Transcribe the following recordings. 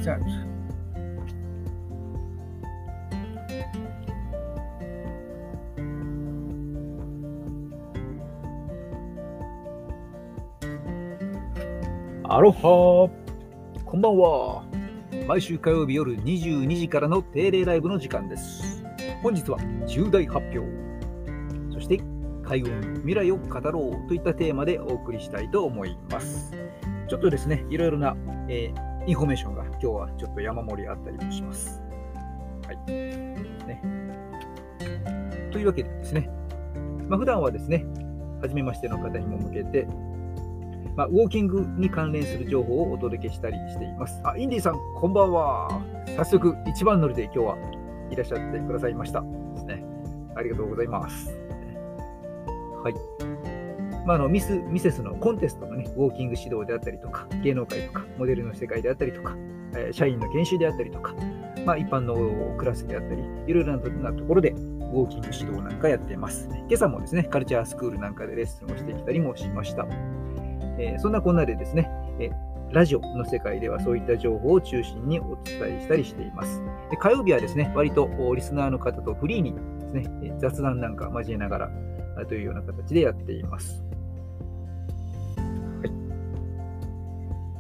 じゃあアロハ、こんばんは。毎週火曜日夜22時からの定例ライブの時間です。本日は重大発表、そして海運未来を語ろうといったテーマでお送りしたいと思います。ちょっとですね、いろいろな、インフォメーションが今日はちょっと山盛りあったりもします。はい。ね。というわけでですね、普段はですね、初めましての方にも向けて、ウォーキングに関連する情報をお届けしたりしています。インディさん、こんばんは。早速、一番乗りで今日はいらっしゃってくださいましたですね。ありがとうございます。はい。ミセスのコンテストのね、ウォーキング指導であったりとか、芸能界とか、モデルの世界であったりとか、社員の研修であったりとか、一般のクラスであったり、いろいろなところでウォーキング指導なんかやっています。今朝もですね、カルチャースクールなんかでレッスンをしてきたりもしました。そんなこんなでですね、ラジオの世界ではそういった情報を中心にお伝えしたりしています。火曜日はですね、割とリスナーの方とフリーにですね、雑談なんか交えながらというような形でやっています。はい、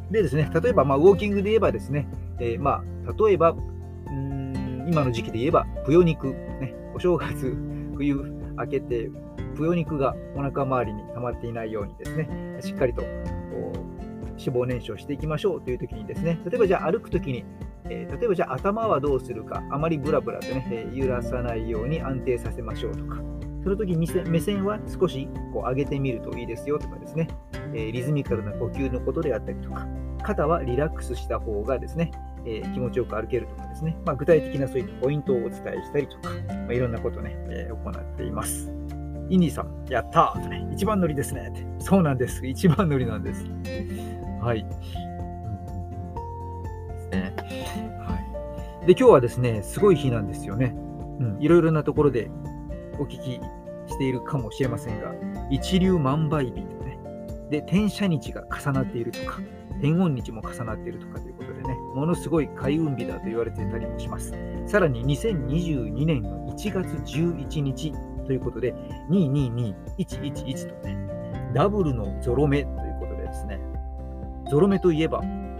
でですね、例えば、ウォーキングで言えばですね、例えば今の時期で言えば、ぷよ肉、ね、お正月、冬明けて、ぷよ肉がお腹周りに溜まっていないようにですね、しっかりと脂肪燃焼していきましょうという時にですね、例えばじゃあ歩く時に、例えばじゃあ頭はどうするか、あまりブラブラとね、揺らさないように安定させましょうとか、その時に目線は少し上げてみるといいですよとかですね、リズミカルな呼吸のことであったりとか、肩はリラックスした方がですね、気持ちよく歩けるとかですね、具体的なそういったポイントをお伝えしたりとか、いろんなことをね、行っています。インディさん、やったーとね、一番乗りですねって。そうなんです。一番乗りなんです。はい。ですね。はい。で、今日はですね、すごい日なんですよね。いろいろなところでお聞きしているかもしれませんが、一粒万倍日とね、で、天赦日が重なっているとか、天恩日も重なっているとかということでね、ものすごい開運日だと言われていたりもします。さらに2022年の1月11日ということで、222111とね、ダブルのゾロ目ということでですね、ゾロ目といえば、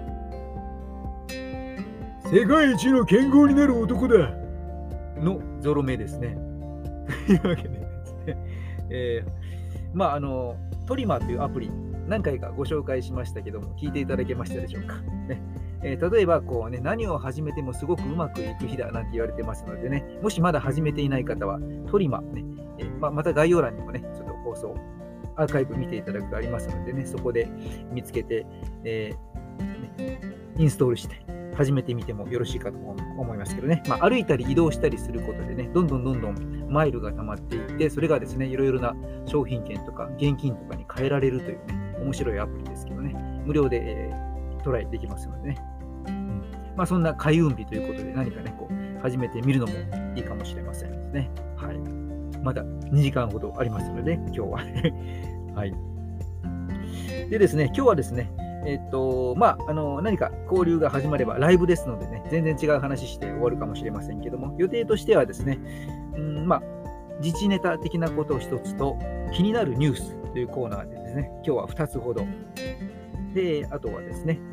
世界一の健康になる男だのゾロ目ですね。というわけでですね、トリマーというアプリ、何回かご紹介しましたけども、聞いていただけましたでしょうか。ね例えば何を始めてもすごくうまくいく日だなんて言われてますのでね、もしまだ始めていない方は、トリマーね、また概要欄にもね、ちょっと放送、アーカイブ見ていただくとありますのでね、そこで見つけて、インストールして始めてみてもよろしいかと思いますけどね、歩いたり移動したりすることでね、どんどんマイルが溜まっていって、それがですね、いろいろな商品券とか現金とかに変えられるというね、面白いアプリですけどね、無料で、トライできますのでね、そんな開運日ということで何かね、始めてみるのもいいかもしれませんですね。はい。まだ2時間ほどありますので、今日は。はい。でですね、今日はですね、何か交流が始まればライブですのでね、全然違う話して終わるかもしれませんけども、予定としてはですね、時事ネタ的なことを一つと、気になるニュースというコーナーでですね、今日は2つほど。で、あとはですね、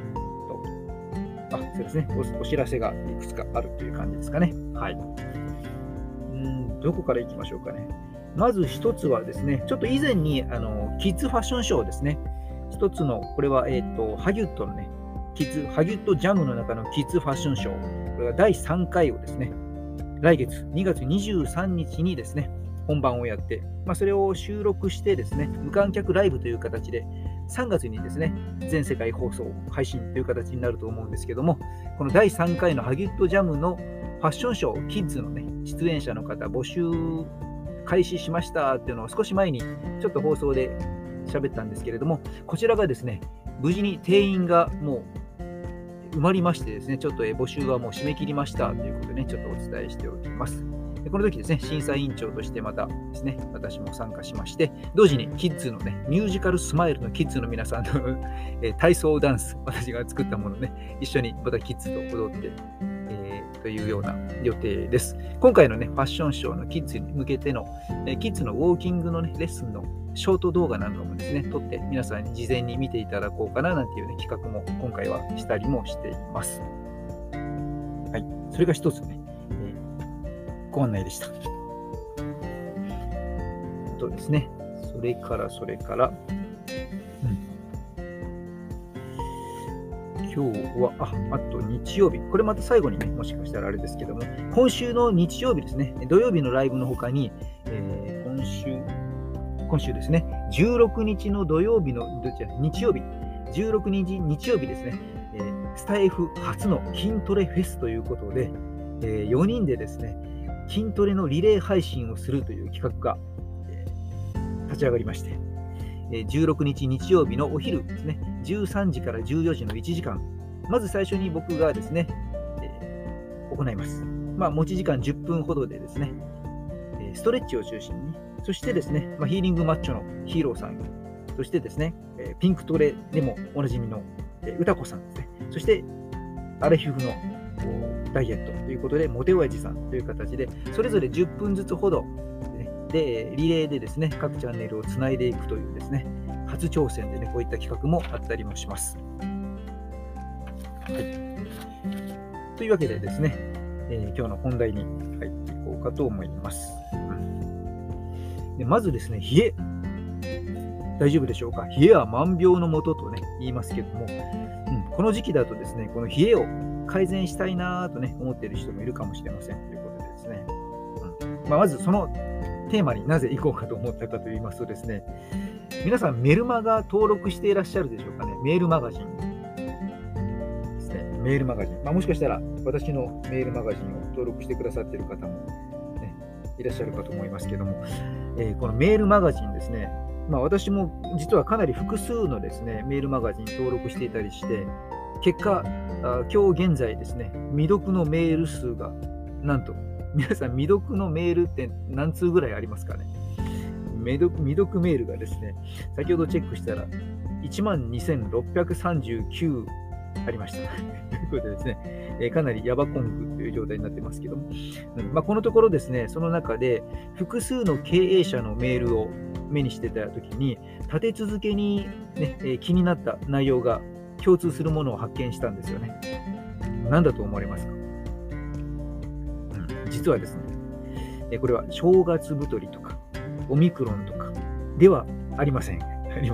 そうですね、お知らせがいくつかあるという感じですかね。はい。どこからいきましょうかね。まず一つはですね、ちょっと以前にキッズファッションショーですね。一つの、これは、ハギュットのね、ハギュットジャムの中のキッズファッションショー、これが第3回をですね、来月2月23日にですね、本番をやって、それを収録してですね、無観客ライブという形で、3月にですね、全世界放送、配信という形になると思うんですけども、この第3回のハギュットジャムのファッションショー、キッズのね、出演者の方、募集開始しましたっていうのを少し前にちょっと放送で喋ったんですけれども、こちらがですね、無事に定員がもう埋まりましてですね、ちょっと募集はもう締め切りましたということでね、ちょっとお伝えしておきます。 でこの時ですね、審査委員長としてまたですね、私も参加しまして、同時にキッズのね、ミュージカルスマイルのキッズの皆さんの体操ダンス、私が作ったものをね、一緒にまたキッズと踊って、というような予定です。今回のね、ファッションショーのキッズに向けての、キッズのウォーキングのね、レッスンのショート動画なんかもですね、撮って皆さんに事前に見ていただこうかななんていうね、企画も今回はしたりもしています。はい。それが一つね、ご案内でした。あとですね、それから、今日は、あと日曜日、これまた最後にね、もしかしたらあれですけども、今週の日曜日ですね、土曜日のライブの他に、今週ですね、16日の日曜日、16日日曜日ですね、スタイフ初の筋トレフェスということで、4人でですね、筋トレのリレー配信をするという企画が、立ち上がりまして、16日日曜日のお昼ですね、13時から14時の1時間、まず最初に僕がですね、行います。持ち時間10分ほどでですね、ストレッチを中心に、そしてですね、ヒーリングマッチョのヒーローさん、そしてですね、ピンクトレでもおなじみの歌子さんですね、そしてアラヒフのダイエットということで、モテ親父さんという形で、それぞれ10分ずつほどで、リレーでですね、各チャンネルをつないでいくというですね、初挑戦でね、こういった企画もあったりもします。はい、というわけでですね、今日の本題に入っていこうかと思います。でまずですね、冷え。大丈夫でしょうか？冷えは万病のもととね、言いますけども、この時期だとですね、この冷えを改善したいなとね、思っている人もいるかもしれませんということでですね、まずそのテーマになぜ行こうかと思ったかと言いますとですね、皆さんメルマガ登録していらっしゃるでしょうかね。メールマガジンですね。メールマガジン。もしかしたら私のメールマガジンを登録してくださっている方も、ね、いらっしゃるかと思いますけども、このメールマガジンですね、私も実はかなり複数のですね、メールマガジン登録していたりして、結果、今日現在ですね、未読のメール数がなんと、皆さん未読のメールって何通ぐらいありますかね？未読メールがですね、先ほどチェックしたら12,639ありました。ということでですね、かなりヤバコングという状態になってますけども、このところですね、その中で複数の経営者のメールを目にしてたときに、立て続けに、ね、気になった内容が共通するものを発見したんですよね。何だと思われますか？実はですね、これは正月太りとかオミクロンとかではありません。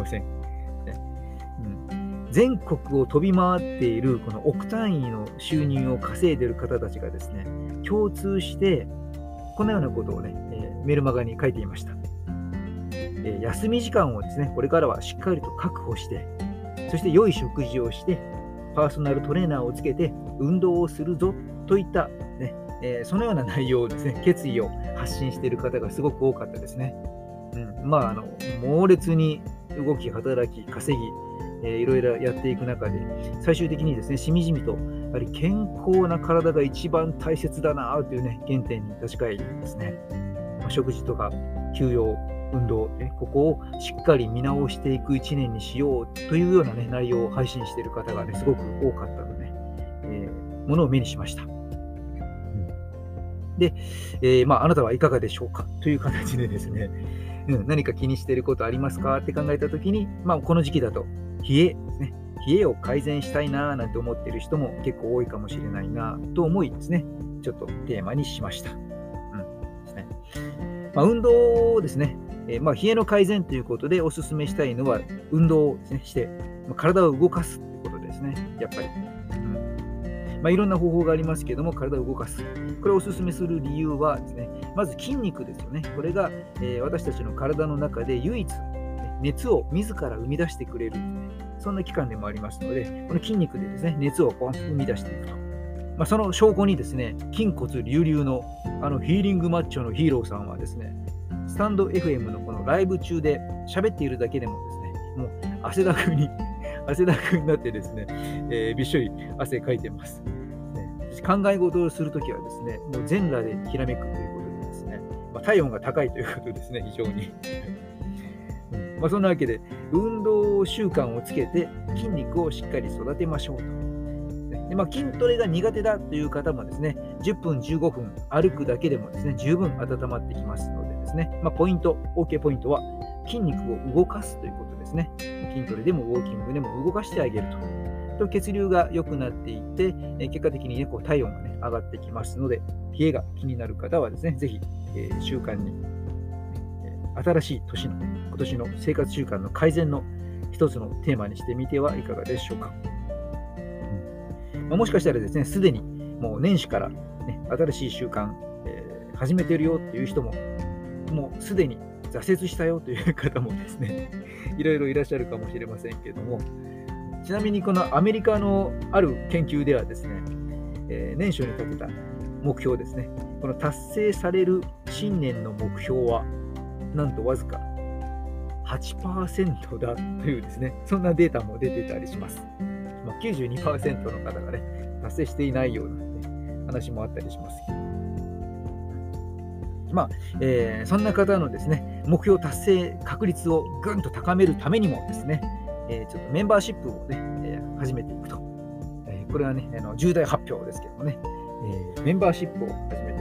全国を飛び回っているこの億単位の収入を稼いでいる方たちがですね、共通してこのようなことをね、メルマガに書いていました。休み時間をですね、これからはしっかりと確保して、そして良い食事をして、パーソナルトレーナーをつけて運動をするぞといったね、そのような内容をですね、決意を発信している方がすごく多かったですね。猛烈に動き、働き、稼ぎ、いろいろやっていく中で、最終的にですね、しみじみと、やはり健康な体が一番大切だなというね、原点に立ち返りですね、食事とか休養、運動、ここをしっかり見直していく1年にしようというような、ね、内容を配信している方がね、すごく多かったので、ものを目にしました。で、あなたはいかがでしょうかという形でですね、何か気にしていることありますかって考えたときに、この時期だと冷えですね。冷えを改善したいななんて思っている人も結構多いかもしれないなと思いですね、ちょっとテーマにしました。ですね。運動をですね、冷えの改善ということでお勧めしたいのは運動をですね、して、体を動かすということですね、やっぱり。いろんな方法がありますけども、体を動かす。これをお勧めする理由はですね、まず筋肉ですよね。これが、私たちの体の中で唯一、熱を自ら生み出してくれる、そんな器官でもありますので、この筋肉でですね、熱を生み出していくと。その証拠にですね、筋骨隆々のヒーリングマッチョのヒーローさんはですね、スタンド FM のこのライブ中で喋っているだけでもですね、もう汗だくになってですね、びっしょり汗かいてます。考え事をするときはですね、もう全裸でひらめくということでで体温が高いということですね、非常に。そんなわけで、運動習慣をつけて筋肉をしっかり育てましょうと。で筋トレが苦手だという方もですね、10分、15分歩くだけでもですね、十分温まってきますのでですね、OK ポイントは筋肉を動かすということですね。筋トレでもウォーキングでも動かしてあげると血流が良くなっていって、結果的に、体温が、上がってきますので、冷えが気になる方はですね、ぜひ、習慣に、新しい年の、今年の生活習慣の改善の一つのテーマにしてみてはいかがでしょうか。もしかしたらですね、すでにもう年始から、新しい習慣、始めてるよっていう人も、もうすでに挫折したよという方もですね、いろいろいらっしゃるかもしれませんけれども、ちなみにこのアメリカのある研究ではですね、年初に立てた目標ですね、この達成される新年の目標は、なんとわずか 8% だというですね、そんなデータも出てたりします。92% の方がね、達成していないような、話もあったりしますけど。そんな方のですね、目標達成確率をぐんと高めるためにもですね、ちょっとメンバーシップをね、始めていくと。これはね、重大発表ですけどもね、メンバーシップを始めてい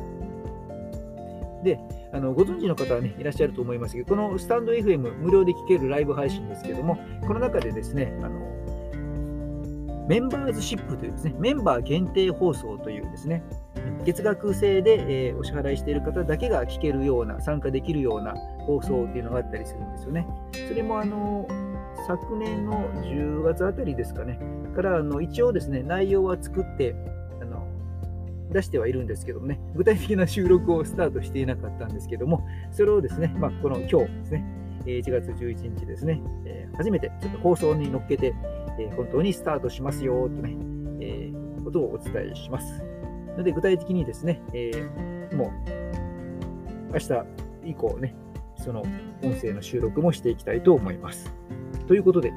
く。で、ご存知の方はね、いらっしゃると思いますけど、このスタンド FM 無料で聴けるライブ配信ですけども、この中でですね、メンバーズシップというですね、メンバー限定放送というですね、月額制で、お支払いしている方だけが聞けるような、参加できるような放送っていうのがあったりするんですよね。それも昨年の10月あたりですかね、から一応ですね、内容は作って出してはいるんですけどもね、具体的な収録をスタートしていなかったんですけども、それをですね、この今日ですね、1月11日ですね、初めてちょっと放送に乗っけて、本当にスタートしますよとね、ことをお伝えします。ので具体的にですね、もう明日以降ね、その音声の収録もしていきたいと思います。ということで、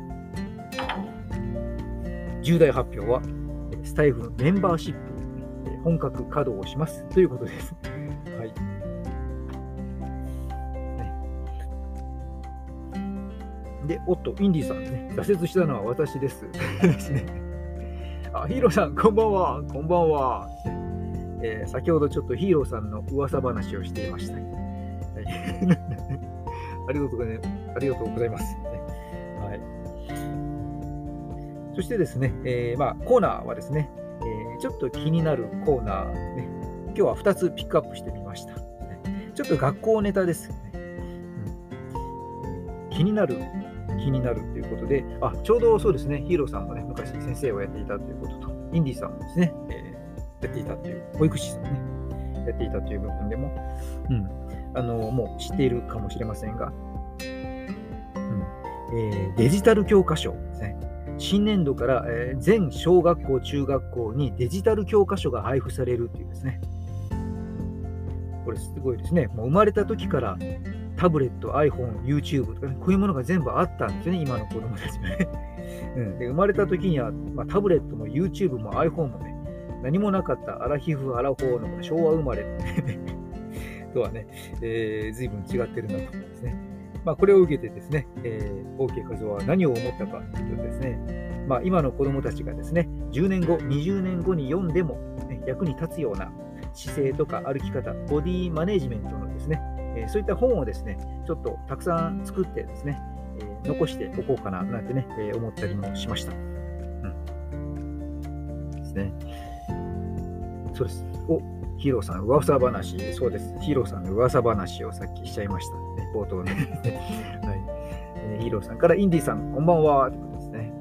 重大発表はスタイフのメンバーシップ、本格稼働をしますということです。はい。で、インディさんね、挫折したのは私です。ヒーローさん、こんばんは。こんばんは。先ほどちょっとヒーローさんの噂話をしていました。ありがとうございます。はい。そしてですね、コーナーはですね、ちょっと気になるコーナーね、今日は2つピックアップしてみました。ちょっと学校ネタですね。気になるということで、ちょうどそうですね、ヒーローさんもね、昔先生をやっていたということと、インディさんもですね、やっていたという、保育士さんね、やっていたという部分でも、もう知っているかもしれませんが、デジタル教科書ですね。新年度から、全小学校、中学校にデジタル教科書が配布されるというですね。これすごいですね。もう生まれた時からタブレット、iPhone、YouTube とかね、こういうものが全部あったんですよね、今の子供たちはね。で生まれた時には、タブレットも YouTube も iPhone もね、何もなかったアラヒフ、アラフォーの昭和生まれとはね、随分違ってるなと思いますね。これを受けてですね、OK 和夫は何を思ったかというとですね、今の子どもたちがですね、10年後、20年後に読んでも、役に立つような姿勢とか歩き方、ボディマネジメントのですね、そういった本をですね、ちょっとたくさん作ってですね、残しておこうかななんてね、思ったりもしました。ですね。そうです。ヒーローさん、噂話、そうです。ヒーローさんの噂話をさっきしちゃいました、ね、冒頭ね。はい。ヒーローさんからインディさん、こんばんは。ということですね。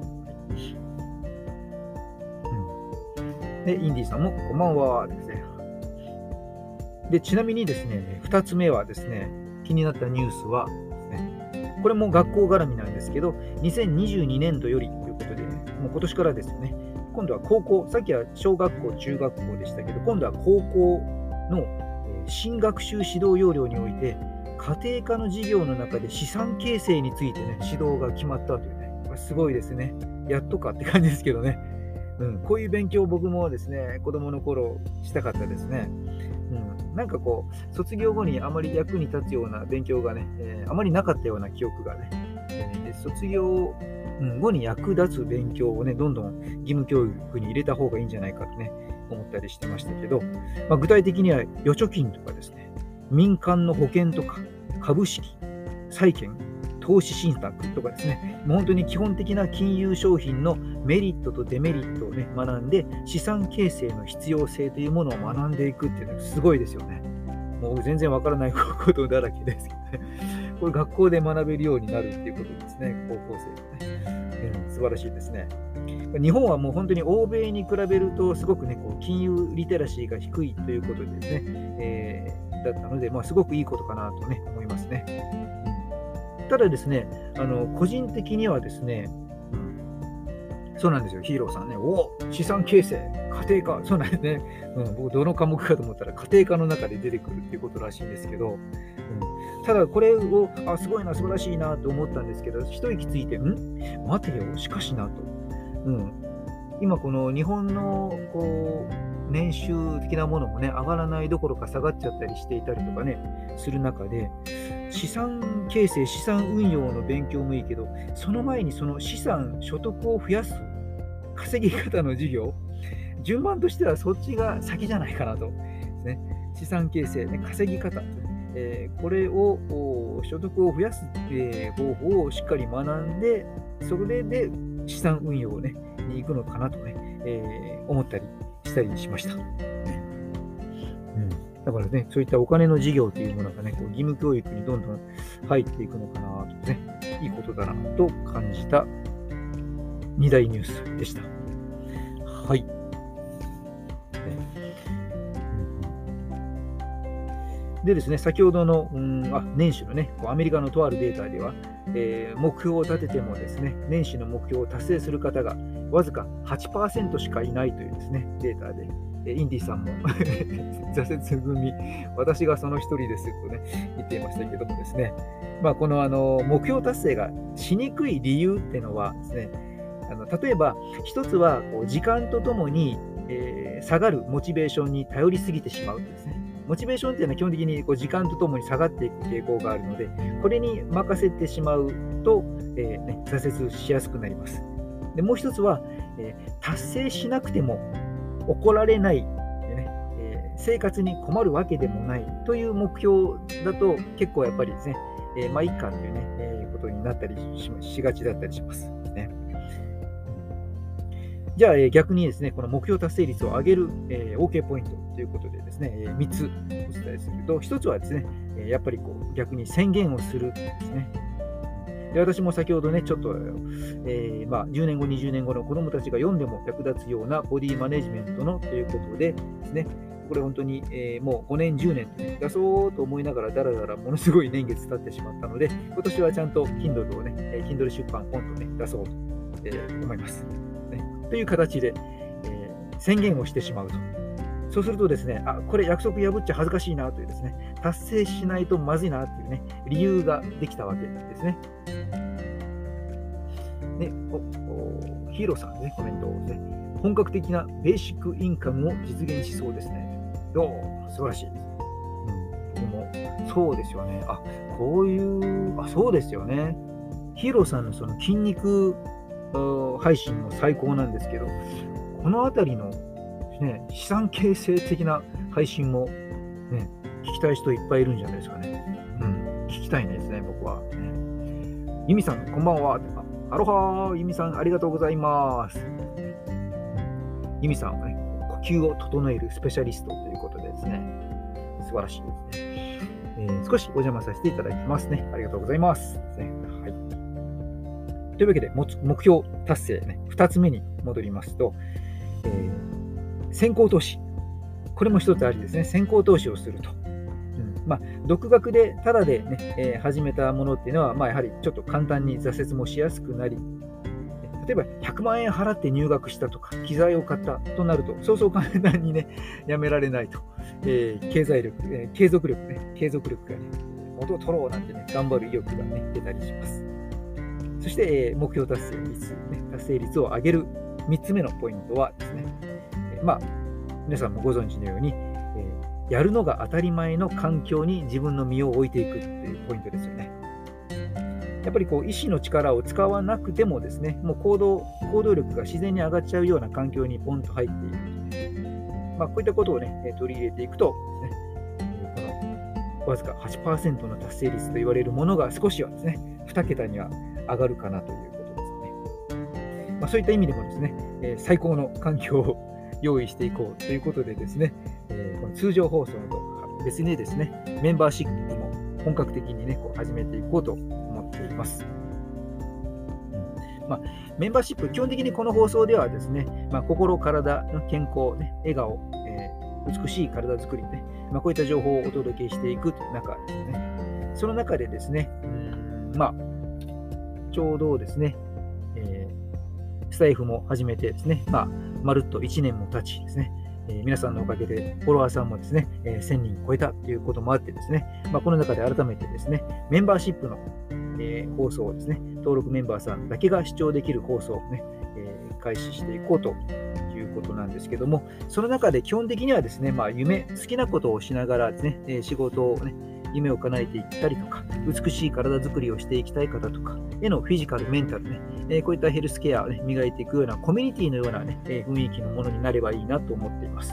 で、インディさんもこんばんは。ですね。で、ちなみにですね、2つ目はですね、気になったニュースはですね、これも学校絡みなんですけど、2022年度よりということで、もう今年からですよね。今度は高校、さっきは小学校、中学校でしたけど、今度は高校の新学習指導要領において、家庭科の授業の中で資産形成についてね、指導が決まったというね、これすごいですね。やっとかって感じですけどね。こういう勉強を僕もですね、子供の頃したかったですね。 なんかこう卒業後にあまり役に立つような勉強がね、あまりなかったような記憶がね、卒業後に役立つ勉強をね、どんどん義務教育に入れた方がいいんじゃないかとね、思ったりしてましたけど、具体的には預貯金とかですね、民間の保険とか、株式、債券、投資信託とかですね、もう本当に基本的な金融商品のメリットとデメリットをね、学んで、資産形成の必要性というものを学んでいくっていうのはすごいですよね。もう全然わからないことだらけですけどね。これ学校で学べるようになるっていうことですね、高校生がね。素晴らしいですね。日本はもう本当に欧米に比べるとすごくね、こう金融リテラシーが低いということでですね、だったので、すごくいいことかなとね、思いますね。ただですね、個人的にはですね、そうなんですよ、ヒーローさんね、資産形成、家庭科、そうなんですね、僕、どの科目かと思ったら、家庭科の中で出てくるっていうことらしいんですけど、ただ、これを、すごいな、素晴らしいなと思ったんですけど、一息ついて、待てよ、しかしなと。今、この日本のこう年収的なものもね、上がらないどころか下がっちゃったりしていたりとかね、する中で、資産形成、資産運用の勉強もいいけど、その前にその資産、所得を増やす稼ぎ方の授業、順番としてはそっちが先じゃないかなと。ですね、資産形成、稼ぎ方、これを所得を増やす、方法をしっかり学んで、それで資産運用をね、に行くのかなとね、思ったりしたりしました。だからね、そういったお金の授業というものがね、こう義務教育にどんどん入っていくのかなとね、いいことだなと感じた2大ニュースでした。はい。でですね、先ほどの年始のね、アメリカのとあるデータでは、目標を立ててもですね、年始の目標を達成する方がわずか 8% しかいないというですね、データで、インディさんも挫折組、私がその一人ですとね、言っていましたけどもですね、この目標達成がしにくい理由っていうのはですね、例えば一つはこう時間とともに、下がるモチベーションに頼りすぎてしまうですね。モチベーションっていうのは基本的にこう時間とともに下がっていく傾向があるので、これに任せてしまうと、挫折しやすくなります。でもう一つは、達成しなくても怒られない、生活に困るわけでもないという目標だと結構やっぱりですね、いっかというね、ことになったりしがちだったりしますね。じゃあ、逆にですね、この目標達成率を上げる、OK ポイントということでですね、3つお伝えすると、1つはですね、やっぱりこう逆に宣言をするですね。で、私も先ほどね、ちょっと、10年後、20年後の子どもたちが読んでも役立つようなボディマネジメントのということでですね、これ本当に、もう5年、10年と、ね、出そうと思いながらだらだらものすごい年月経ってしまったので、今年はちゃんと Kindle をね、Kindle 出版ポンとね、出そうと、思います。という形で、宣言をしてしまうと。そうするとですね、これ約束破っちゃ恥ずかしいなというですね、達成しないとまずいなというね、理由ができたわけですね。ヒーローさんのね、コメントをですね、本格的なベーシックインカムを実現しそうですね。素晴らしいです。でも、そうですよね。こういう、そうですよね。ヒーローさんのその筋肉配信も最高なんですけど、このあたりの、ね、資産形成的な配信も、ね、聞きたい人いっぱいいるんじゃないですかね。聞きたいですね、僕は。ユミさん、こんばんは。アロハー、ユミさん、ありがとうございます。ユミさんはね、呼吸を整えるスペシャリストということでですね、素晴らしいですね。少しお邪魔させていただきますね。ありがとうございます。はい。というわけで、目標達成ね、2つ目に戻りますと、先行投資。これも一つありですね。先行投資をすると。独学でタダで、ね始めたものっていうのは、やはりちょっと簡単に挫折もしやすくなり、例えば100万円払って入学したとか、機材を買ったとなると、そうそう簡単にね、やめられないと。継続力がね、元を取ろうなんてね、頑張る意欲がね、出たりします。そして、目標達成率を上げる3つ目のポイントはですね、皆さんもご存知のように、 やるのが当たり前の環境に自分の身を置いていくっていうポイントですよね。やっぱりこう意志の力を使わなくてもですね、もう行動力が自然に上がっちゃうような環境にポンと入っているという、こういったことをね、取り入れていくとですね、このわずか 8% の達成率と言われるものが少しはですね、2桁には上がるかなということですね。そういった意味でもですね、最高の環境を用意していこうということでですね、この通常放送と別にですね、メンバーシップも本格的にね、こう始めていこうと思っています。メンバーシップ、基本的にこの放送ではですね、心、体の健康、ね、笑顔、美しい体づくりね、こういった情報をお届けしていくという中ですね。その中でですね、ちょうどですね、スタイフも始めてですね、まるっと1年も経ちですね、皆さんのおかげでフォロワーさんもですね、1000人超えたということもあってですね、この中で改めてですね、メンバーシップの、放送をですね、登録メンバーさんだけが視聴できる放送をね、開始していこうということなんですけども、その中で基本的にはですね、好きなことをしながらですね、仕事をね、夢を叶えていったりとか、美しい体づくりをしていきたい方とかへのフィジカル、メンタルね、こういったヘルスケアを、ね、磨いていくようなコミュニティのような、ね、雰囲気のものになればいいなと思っています。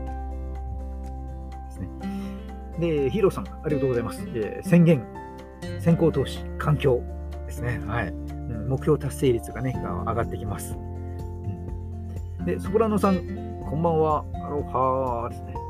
ですね。で、ヒーローさん、ありがとうございます。宣言、先行投資、環境ですね。はい。目標達成率がね、上がってきます。で、ソプラノさん、こんばんは。アロハーですね。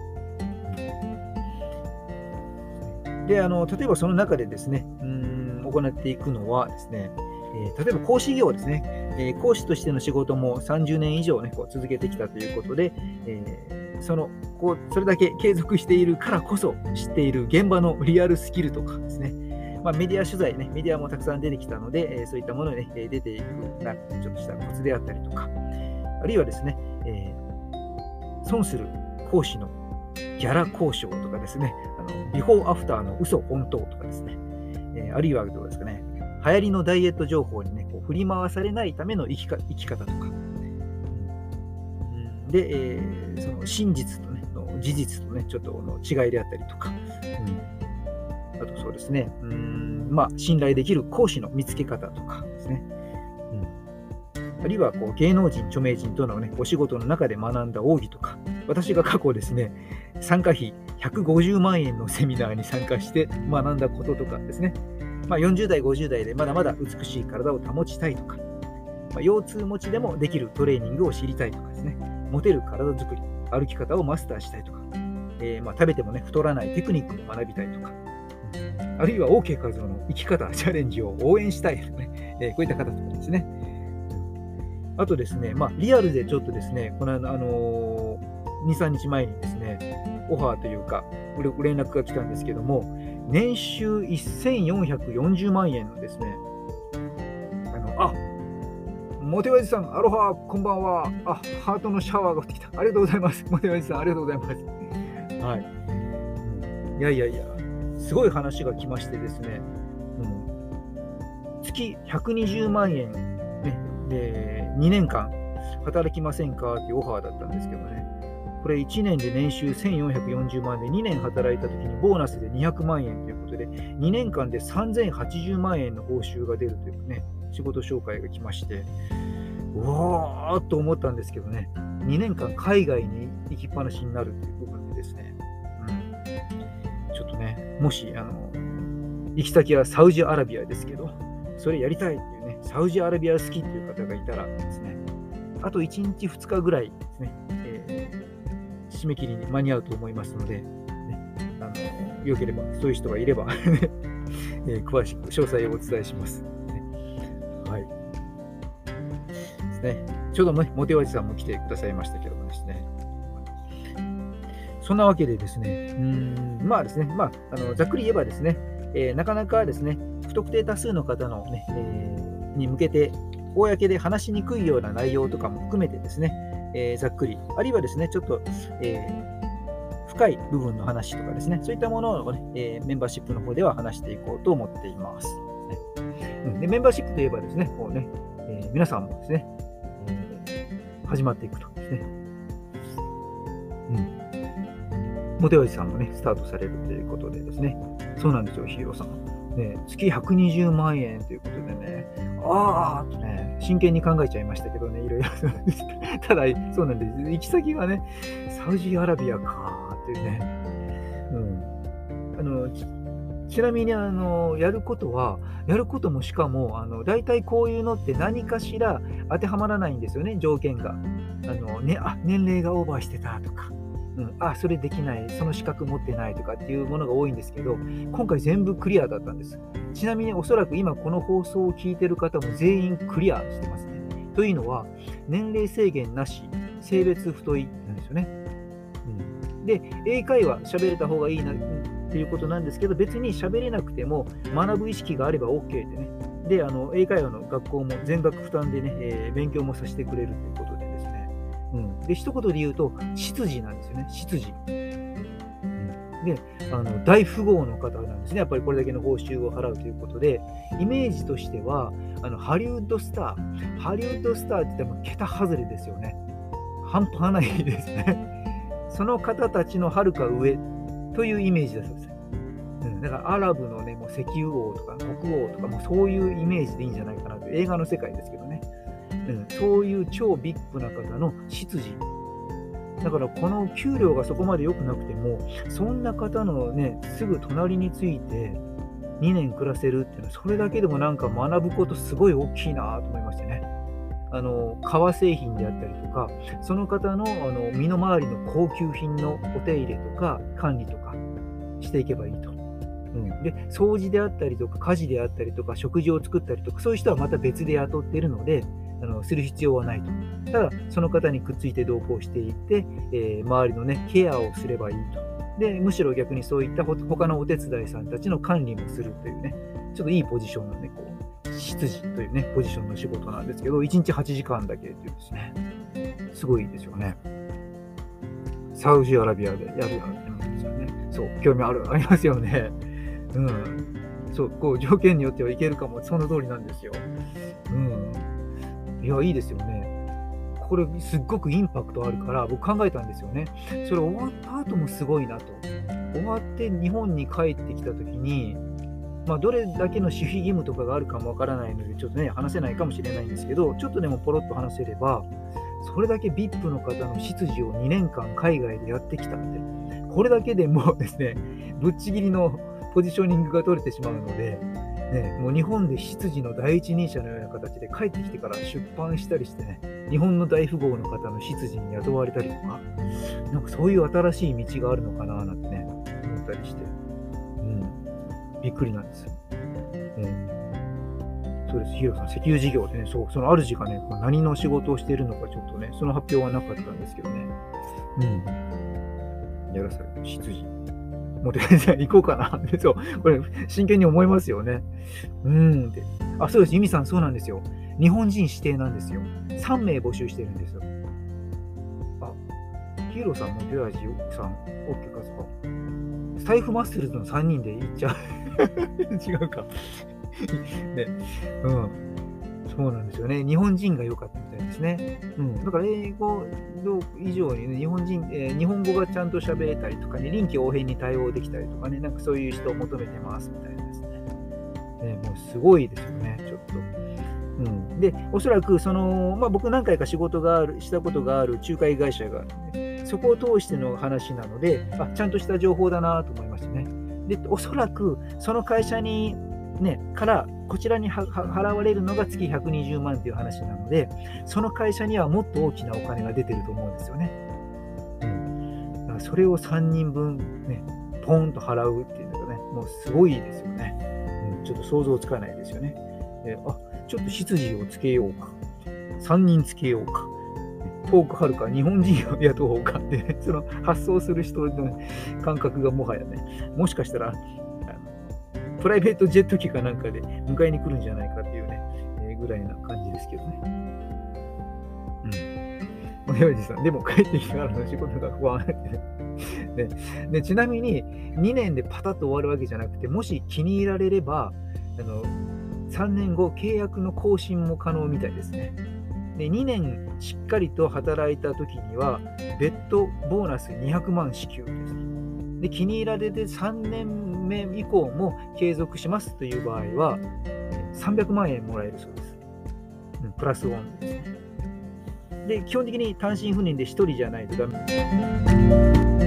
で、例えばその中でですね、行っていくのはですね、例えば講師業ですね、講師としての仕事も30年以上ね、こう続けてきたということで、それだけ継続しているからこそ知っている現場のリアルスキルとかですね、メディア取材ね、メディアもたくさん出てきたので、そういったものに、ね、出ていくちょっとしたコツであったりとか、あるいはですね、損する講師のギャラ交渉とかですね、ビフォーアフターの嘘本当とかですね、あるいはどうですかね、流行りのダイエット情報にね、こう振り回されないための生き方とか、で、その真実とね、事実とね、ちょっとの違いであったりとか、あとそうですね、信頼できる講師の見つけ方とかですね、あるいはこう芸能人、著名人との、ね、お仕事の中で学んだ奥義とか、私が過去ですね、参加費150万円のセミナーに参加して学んだこととかですね、40代、50代でまだまだ美しい体を保ちたいとか、腰痛持ちでもできるトレーニングを知りたいとかですね、モテる体づくり、歩き方をマスターしたいとか、食べてもね、太らないテクニックを学びたいとか、あるいは OK 和夫の生き方、チャレンジを応援したいとかね、こういった方とかですね。あとですね、リアルでちょっとですね、この2、3日前にですね、オファーというか、連絡が来たんですけども、年収1440万円のですね、モテワジさん、アロハ、こんばんは。ハートのシャワーが降ってきた。ありがとうございます。モテワジさん、ありがとうございます。はい。いや、すごい話が来ましてですね、月120万円、ね、で2年間働きませんかっていうオファーだったんですけどね、これ1年で年収1440万で2年働いた時にボーナスで200万円ということで、2年間で3080万円の報酬が出るというね、仕事紹介が来まして、うわーっと思ったんですけどね、2年間海外に行きっぱなしになるという部分でですね、ちょっとね、もし行き先はサウジアラビアですけど、それやりたいっていうね、サウジアラビア好きっていう方がいたらですね、あと1日2日ぐらいですね、締め切りに間に合うと思いますので、よければ、そういう人がいれば、詳しく詳細をお伝えします。はい。ですね。ちょうどね、モテワジさんも来てくださいましたけどもですね。そんなわけでですね、ですね、ざっくり言えばですね、なかなかですね、不特定多数の方のね、に向けて、公で話しにくいような内容とかも含めてですね、ざっくり、あるいはですね、ちょっと、深い部分の話とかですね、そういったものをね、メンバーシップの方では話していこうと思っています。でメンバーシップといえばですね、こうね、皆さんもですね、始まっていくとですね。 モテワジさんもね、スタートされるということでですね。そうなんですよ、ヒーローさん。ね、月120万円ということでね、あーとね、真剣に考えちゃいましたけどね、いろいろ。ただ、そうなんです。行き先がね、サウジアラビアかーっていうね。ちなみにやることもしかも大体こういうのって何かしら当てはまらないんですよね、条件が。年齢がオーバーしてたとか、それできない、その資格持ってないとかっていうものが多いんですけど、今回全部クリアだったんです。ちなみにおそらく今この放送を聞いてる方も全員クリアしてますね。というのは、年齢制限なし、性別不問いなんですよね。で、英会話喋れた方がいいなっていうことなんですけど、別に喋れなくても学ぶ意識があれば OK ってね。で、英会話の学校も全額負担でね、勉強もさせてくれるということでですね。で、一言で言うと、執事なんですよね、執事。で、大富豪の方なんですね。やっぱりこれだけの報酬を払うということで、イメージとしては、ハリウッドスターって言っても桁外れですよね。半端ないですね。その方たちのはるか上というイメージだそうです。だからアラブのね、もう石油王とか国王とか、もうそういうイメージでいいんじゃないかなと。映画の世界ですけどね。そういう超ビッグな方の執事。だからこの給料がそこまで良くなくても、そんな方のね、すぐ隣について2年暮らせるっていうのは、それだけでもなんか学ぶことすごい大きいなと思いましてね。革製品であったりとか、その方の身の回りの高級品のお手入れとか管理とかしていけばいいと。で、掃除であったりとか家事であったりとか食事を作ったりとか、そういう人はまた別で雇っているので、する必要はないと。ただその方にくっついて同行していって、周りのねケアをすればいいと。で、むしろ逆にそういった他のお手伝いさんたちの管理もするというね、ちょっといいポジションのね、執事というねポジションの仕事なんですけど、1日8時間だけというですね、すごいですよね。サウジアラビアでやるんですよね。そう、興味ありますよね。そう、条件によってはいけるかも、その通りなんですよ。いや、いいですよね。これすっごくインパクトあるから僕考えたんですよね。それ終わった後もすごいなと。終わって日本に帰ってきた時に、どれだけの守秘義務とかがあるかもわからないのでちょっとね話せないかもしれないんですけど、ちょっとでもポロッと話せれば、それだけ VIP の方の執事を2年間海外でやってきたって、これだけでもうですね、ぶっちぎりのポジショニングが取れてしまうので、もう日本で執事の第一人者のような形で帰ってきてから出版したりしてね、日本の大富豪の方の執事に雇われたりとか、なんかそういう新しい道があるのかななんてね、思ったりして、びっくりなんです。そうです、ヒロさん、石油事業でね、その主がね、何の仕事をしているのかちょっとね、その発表はなかったんですけどね。やらされる執事。もう行こうかな。そう、これ真剣に思いますよね。で、そうです、ユミさん、そうなんですよ。日本人指定なんですよ。3名募集してるんですよ。ヒーローさんもデュアジさん、OK かスタイフマッスルズの3人で行っちゃう。違うか。ね、そうなんですよね。日本人が良かったみたいですね。だから英語以上にね、日本語がちゃんと喋れたりとかね、臨機応変に対応できたりとかね、なんかそういう人を求めてますみたいなですね。もうすごいですよね、ちょっと。で、おそらく僕何回かしたことがある仲介会社があるので、そこを通しての話なので、ちゃんとした情報だなと思いましたね。で、おそらくその会社にからこちらに払われるのが月120万という話なので、その会社にはもっと大きなお金が出てると思うんですよね。だからそれを3人分ね、ポンと払うっていうのがね、もうすごいですよね。ちょっと想像つかないですよね。ちょっと執事をつけようか、3人つけようか、遠くはるか日本人を雇おうかって、ね、その発想する人の感覚がもはやね、もしかしたらプライベートジェット機かなんかで迎えに来るんじゃないかっていうね、ぐらいな感じですけどね。親父さん、でも帰ってきてからの仕事が不安で、ちなみに2年でパタッと終わるわけじゃなくて、もし気に入られれば3年後契約の更新も可能みたいですね。で、2年しっかりと働いた時には別途ボーナス200万支給です。 で気に入られて3年目以降も継続しますという場合は300万円もらえるそうです。プラスオンですね。で基本的に単身赴任で1人じゃないとダメ。